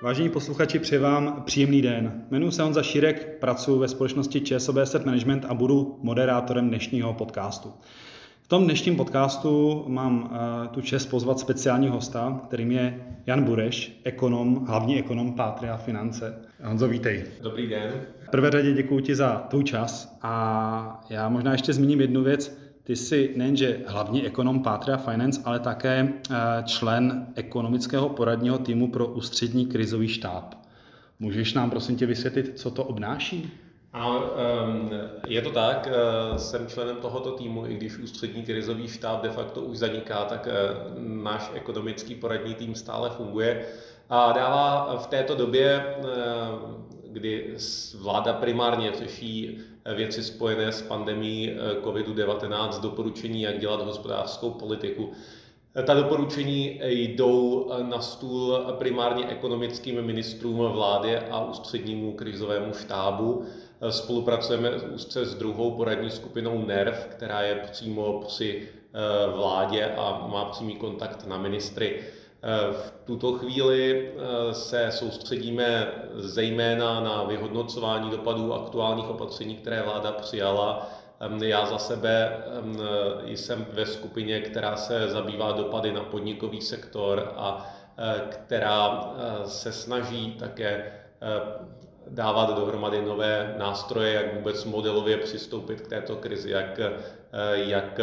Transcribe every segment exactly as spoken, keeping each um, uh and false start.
Vážení posluchači, přeji vám příjemný den. Jmenuji se Honza Šírek, pracuji ve společnosti ČSOB Asset Management a budu moderátorem dnešního podcastu. V tom dnešním podcastu mám uh, tu čest pozvat speciálního hosta, kterým je Jan Bureš, ekonom, hlavní ekonom Patria Finance. Honzo, vítej. Dobrý den. V prvé řadě děkuji ti za tvůj čas a já možná ještě zmíním jednu věc. Ty jsi nejenže hlavní ekonom Patria Finance, ale také člen ekonomického poradního týmu pro ústřední krizový štáb. Můžeš nám prosím tě vysvětlit, co to obnáší? Ano, je to tak, jsem členem tohoto týmu, i když ústřední krizový štáb de facto už zaniká, tak náš ekonomický poradní tým stále funguje a dává v této době, kdy vláda primárně řeší věci spojené s pandemií covid devatenáct, doporučení, jak dělat hospodářskou politiku. Ta doporučení jdou na stůl primárně ekonomickým ministrům vlády a ústřednímu krizovému štábu. Spolupracujeme úzce s druhou poradní skupinou N E R V, která je přímo při vládě a má přímý kontakt na ministry. V tuto chvíli se soustředíme zejména na vyhodnocování dopadů aktuálních opatření, které vláda přijala. Já za sebe jsem ve skupině, která se zabývá dopady na podnikový sektor a která se snaží také dávat dohromady nové nástroje, jak vůbec modelově přistoupit k této krizi, jak, jak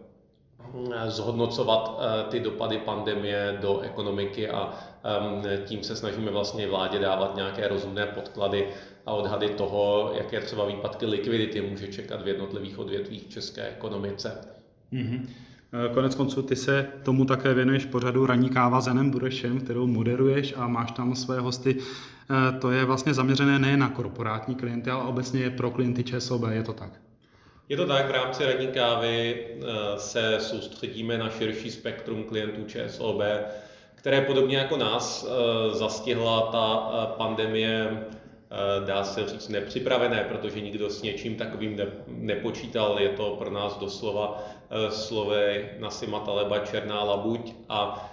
zhodnocovat ty dopady pandemie do ekonomiky a tím se snažíme vlastně vládě dávat nějaké rozumné podklady a odhady toho, jaké třeba výpadky likvidity může čekat v jednotlivých odvětvích v české ekonomice. Mm-hmm. Konec konců ty se tomu také věnuješ pořadu Ranní káva s Janem Burešem, kterou moderuješ a máš tam své hosty. To je vlastně zaměřené nejen na korporátní klienty, ale obecně je pro klienty ČSOB, je to tak? Je to tak, v rámci Ranní kávy se soustředíme na širší spektrum klientů ČSOB, které podobně jako nás zastihla ta pandemie, dá se říct, nepřipravené, protože nikdo s něčím takovým nepočítal. Je to pro nás doslova slovy Nasima Taleba černá labuť a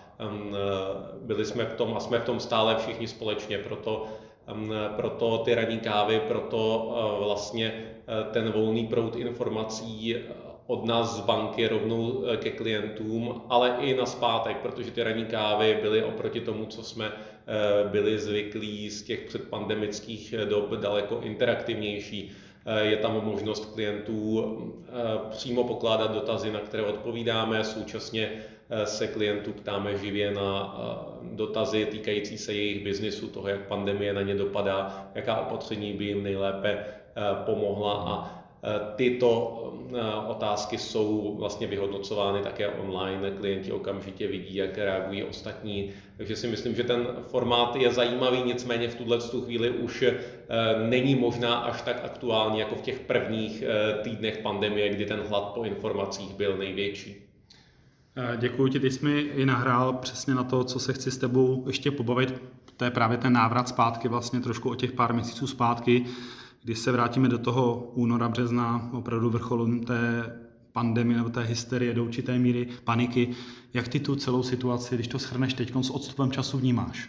byli jsme v tom a jsme v tom stále všichni společně, proto Proto ty ranní kávy, proto vlastně ten volný proud informací od nás z banky rovnou ke klientům, ale i nazpátek, protože ty ranní kávy byly oproti tomu, co jsme byli zvyklí z těch předpandemických dob, daleko interaktivnější. Je tam možnost klientů přímo pokládat dotazy, na které odpovídáme, současně se klientů ptáme živě na dotazy týkající se jejich biznisu, toho, jak pandemie na ně dopadá, jaká opatření by jim nejlépe pomohla a tyto otázky jsou vlastně vyhodnocovány také online, klienti okamžitě vidí, jak reagují ostatní, takže si myslím, že ten formát je zajímavý, nicméně v tuhle chvíli už není možná až tak aktuální jako v těch prvních týdnech pandemie, kdy ten hlad po informacích byl největší. Děkuji ti, ty jsi mi i nahrál přesně na to, co se chci s tebou ještě pobavit, to je právě ten návrat zpátky, vlastně trošku o těch pár měsíců zpátky, když se vrátíme do toho února, března, opravdu vrcholu té pandemie nebo té hysterie do určité míry paniky. Jak ty tu celou situaci, když to shrneš teď s odstupem času, vnímáš?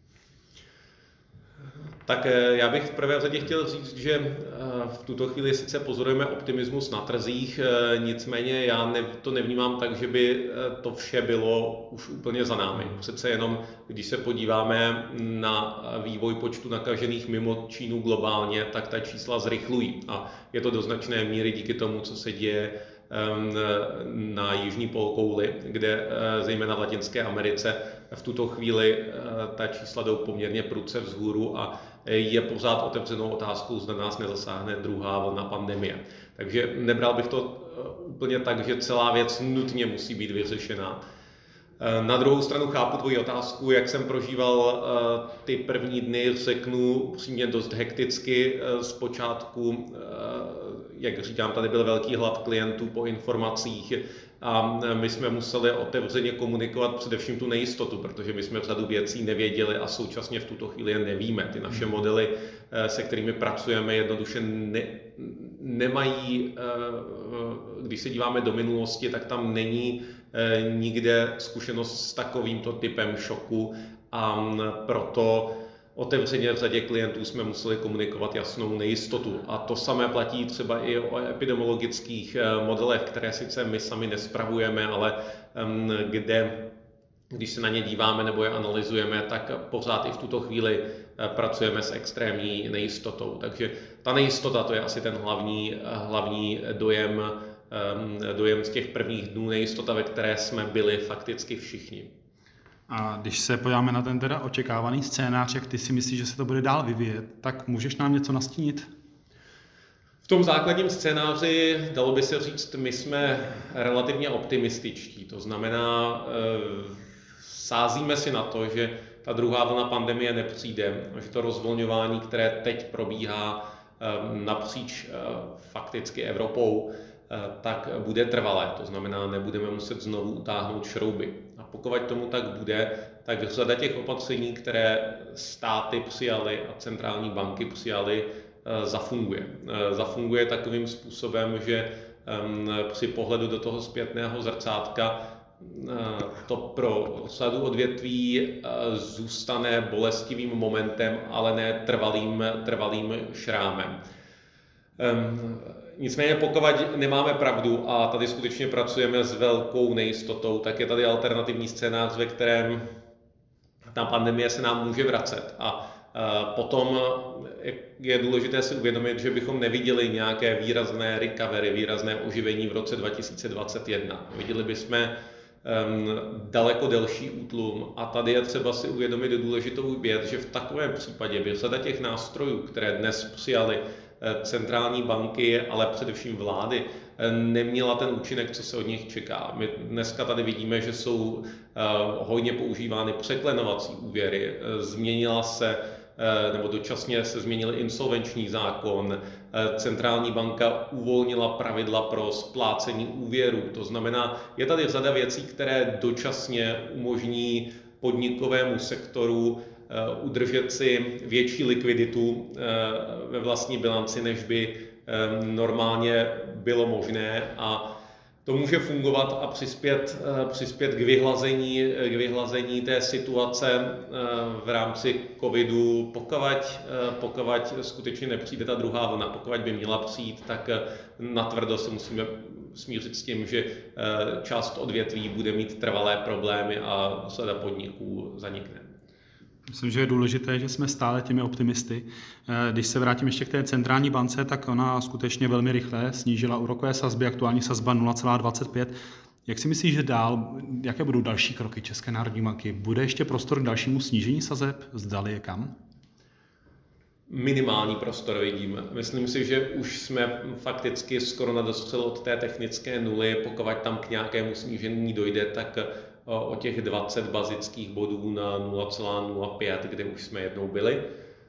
Tak já bych v prvé řadě chtěl říct, že v tuto chvíli sice pozorujeme optimismus na trzích, nicméně já to nevnímám tak, že by to vše bylo už úplně za námi. Přece jenom, když se podíváme na vývoj počtu nakažených mimo Čínu globálně, tak ta čísla zrychlují a je to do značné míry díky tomu, co se děje na jižní polokouli, kde zejména v Latinské Americe v tuto chvíli ta čísla jdou poměrně prudce vzhůru a je pořád otevřenou otázkou, zda nás nezasáhne druhá vlna pandemie. Takže nebral bych to úplně tak, že celá věc nutně musí být vyřešená. Na druhou stranu chápu tvoji otázku, jak jsem prožíval ty první dny, řeknu upřímně dost hekticky zpočátku. Jak říkám, tady byl velký hlad klientů po informacích a my jsme museli otevřeně komunikovat především tu nejistotu, protože my jsme řadu věcí nevěděli a současně v tuto chvíli je nevíme. Ty naše modely, se kterými pracujeme, jednoduše ne, nemají, když se díváme do minulosti, tak tam není nikde zkušenost s takovýmto typem šoku a proto otevřeně řadě klientů jsme museli komunikovat jasnou nejistotu. A to samé platí třeba i o epidemiologických modelech, které sice my sami nespravujeme, ale kde, když se na ně díváme nebo je analyzujeme, tak pořád i v tuto chvíli pracujeme s extrémní nejistotou. Takže ta nejistota, to je asi ten hlavní, hlavní dojem, dojem z těch prvních dnů, nejistota, ve které jsme byli fakticky všichni. A když se podíváme na ten teda očekávaný scénář, jak ty si myslíš, že se to bude dál vyvíjet, tak můžeš nám něco nastínit? V tom základním scénáři, dalo by se říct, my jsme relativně optimističtí. To znamená, sázíme si na to, že ta druhá vlna pandemie nepřijde, že to rozvolňování, které teď probíhá napříč fakticky Evropou, tak bude trvalé. To znamená, nebudeme muset znovu utáhnout šrouby. A pokud tomu tak bude, tak řada těch opatření, které státy přijaly a centrální banky přijaly, zafunguje. Zafunguje takovým způsobem, že při pohledu do toho zpětného zrcátka to pro řadu odvětví zůstane bolestivým momentem, ale ne trvalým, trvalým šrámem. Nicméně pokud nemáme pravdu a tady skutečně pracujeme s velkou nejistotou, tak je tady alternativní scénář, ve kterém ta pandemie se nám může vracet. A potom je důležité si uvědomit, že bychom neviděli nějaké výrazné recovery, výrazné oživení v roce dva tisíce dvacet jedna. Viděli bychom daleko delší útlum a tady je třeba si uvědomit důležitou věc, že v takovém případě by řada těch nástrojů, které dnes přijali centrální banky, ale především vlády, neměla ten účinek, co se od nich čeká. My dneska tady vidíme, že jsou hojně používány překlenovací úvěry, změnila se nebo dočasně se změnil insolvenční zákon, centrální banka uvolnila pravidla pro splácení úvěrů. To znamená, je tady řada věcí, které dočasně umožní podnikovému sektoru udržet si větší likviditu ve vlastní bilanci, než by normálně bylo možné, a to může fungovat a přispět, přispět k, vyhlazení, k vyhlazení té situace v rámci covidu. Pokud, pokud skutečně nepřijde ta druhá vlna, pokud by měla přijít, tak natvrdo se musíme smířit s tím, že část odvětví bude mít trvalé problémy a řada podniků zanikne. Myslím, že je důležité, že jsme stále těmi optimisty. Když se vrátím ještě k té centrální bance, tak ona skutečně velmi rychle snížila úrokové sazby, aktuální sazba nula celá dvacet pět. Jak si myslíš, že dál, jaké budou další kroky České národní banky? Bude ještě prostor k dalšímu snížení sazeb? Zdali je kam? Minimální prostor vidím. Myslím si, že už jsme fakticky skoro na dostřel od té technické nuly. Pokud tam k nějakému snížení dojde, tak o těch dvacet bazických bodů na nula celá nula pět, kde už jsme jednou byli.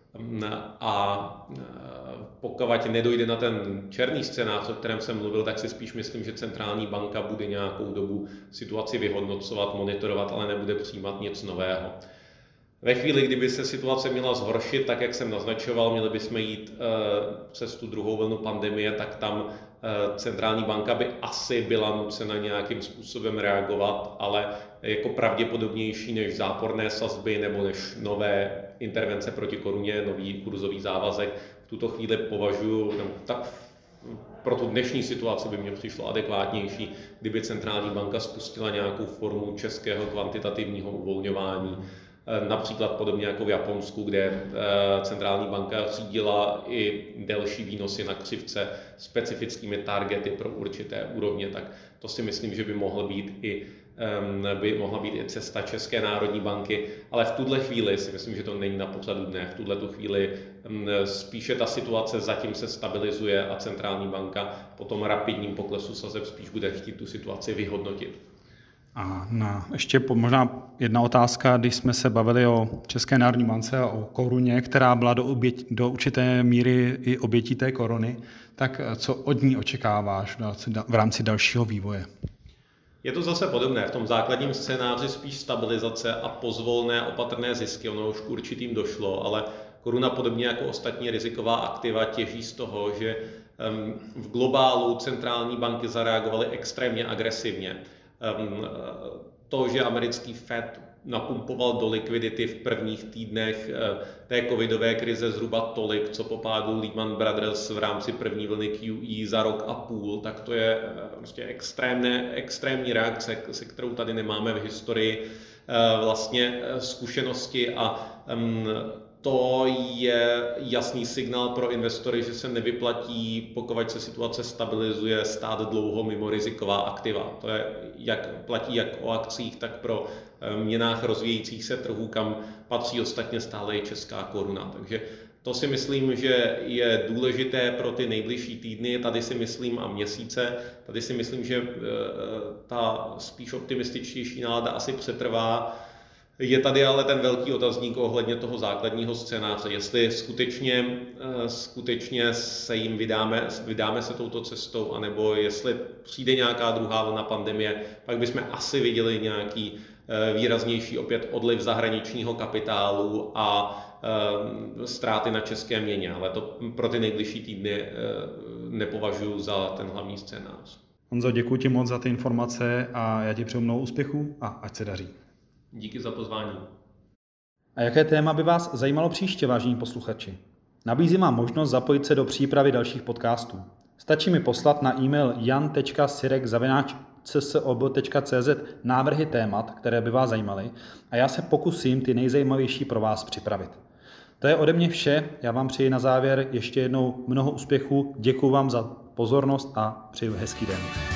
A pokud nedojde na ten černý scénář, o kterém jsem mluvil, tak si spíš myslím, že centrální banka bude nějakou dobu situaci vyhodnocovat, monitorovat, ale nebude přijímat nic nového. Ve chvíli, kdyby se situace měla zhoršit, tak jak jsem naznačoval, měli bychom jít přes tu druhou vlnu pandemie, tak tam centrální banka by asi byla nucena nějakým způsobem reagovat, ale jako pravděpodobnější než záporné sazby nebo než nové intervence proti koruně, nový kurzový závazek. V tuto chvíli považuji, tak pro tu dnešní situaci by mě přišlo adekvátnější, kdyby centrální banka spustila nějakou formu českého kvantitativního uvolňování. Například podobně jako v Japonsku, kde centrální banka řídila i delší výnosy na křivce specifickými targety pro určité úrovně, tak to si myslím, že by mohla být i, by mohla být i cesta České národní banky, ale v tuhle chvíli si myslím, že to není na pořadu dne. V tuhle tu chvíli spíše ta situace zatím se stabilizuje a centrální banka po tom rapidním poklesu sazeb spíš bude chtít tu situaci vyhodnotit. A na, ještě možná jedna otázka, když jsme se bavili o České národní bance a o koruně, která byla do, oběť, do určité míry i obětí té korony, tak co od ní očekáváš v rámci dalšího vývoje? Je to zase podobné. V tom základním scénáři spíš stabilizace a pozvolné opatrné zisky. Ono už k určitým došlo, ale koruna podobně jako ostatní riziková aktiva těží z toho, že v globálu centrální banky zareagovaly extrémně agresivně. To, že americký Fed napumpoval do likvidity v prvních týdnech té covidové krize zhruba tolik, co po pádu Lehman Brothers v rámci první vlny Q E za rok a půl, tak to je prostě extrémné, extrémní reakce, se kterou tady nemáme v historii vlastně zkušenosti a to je jasný signál pro investory, že se nevyplatí, pokud se situace stabilizuje, stát dlouho mimo riziková aktiva. To je, jak, platí jak o akcích, tak pro měnách rozvíjejících se trhů, kam patří ostatně stále i česká koruna. Takže to si myslím, že je důležité pro ty nejbližší týdny, tady si myslím a měsíce, tady si myslím, že ta spíš optimističtější nálada asi přetrvá. Je tady ale ten velký otazník ohledně toho základního scénáře, jestli skutečně, skutečně se jim vydáme, vydáme se touto cestou, anebo jestli přijde nějaká druhá vlna pandemie, pak bychom asi viděli nějaký výraznější opět odliv zahraničního kapitálu a ztráty na české měně, ale to pro ty nejbližší týdny nepovažuji za ten hlavní scénář. Honzo, děkuji ti moc za ty informace a já ti přeju mnoho úspěchů a ať se daří. Díky za pozvání. A jaké téma by vás zajímalo příště, vážení posluchači? Nabízím vám možnost zapojit se do přípravy dalších podcastů. Stačí mi poslat na e-mail jan tečka sirek zavináč c s o b tečka c z návrhy témat, které by vás zajímaly, a já se pokusím ty nejzajímavější pro vás připravit. To je ode mě vše, já vám přeji na závěr ještě jednou mnoho úspěchů, děkuji vám za pozornost a přeju hezký den.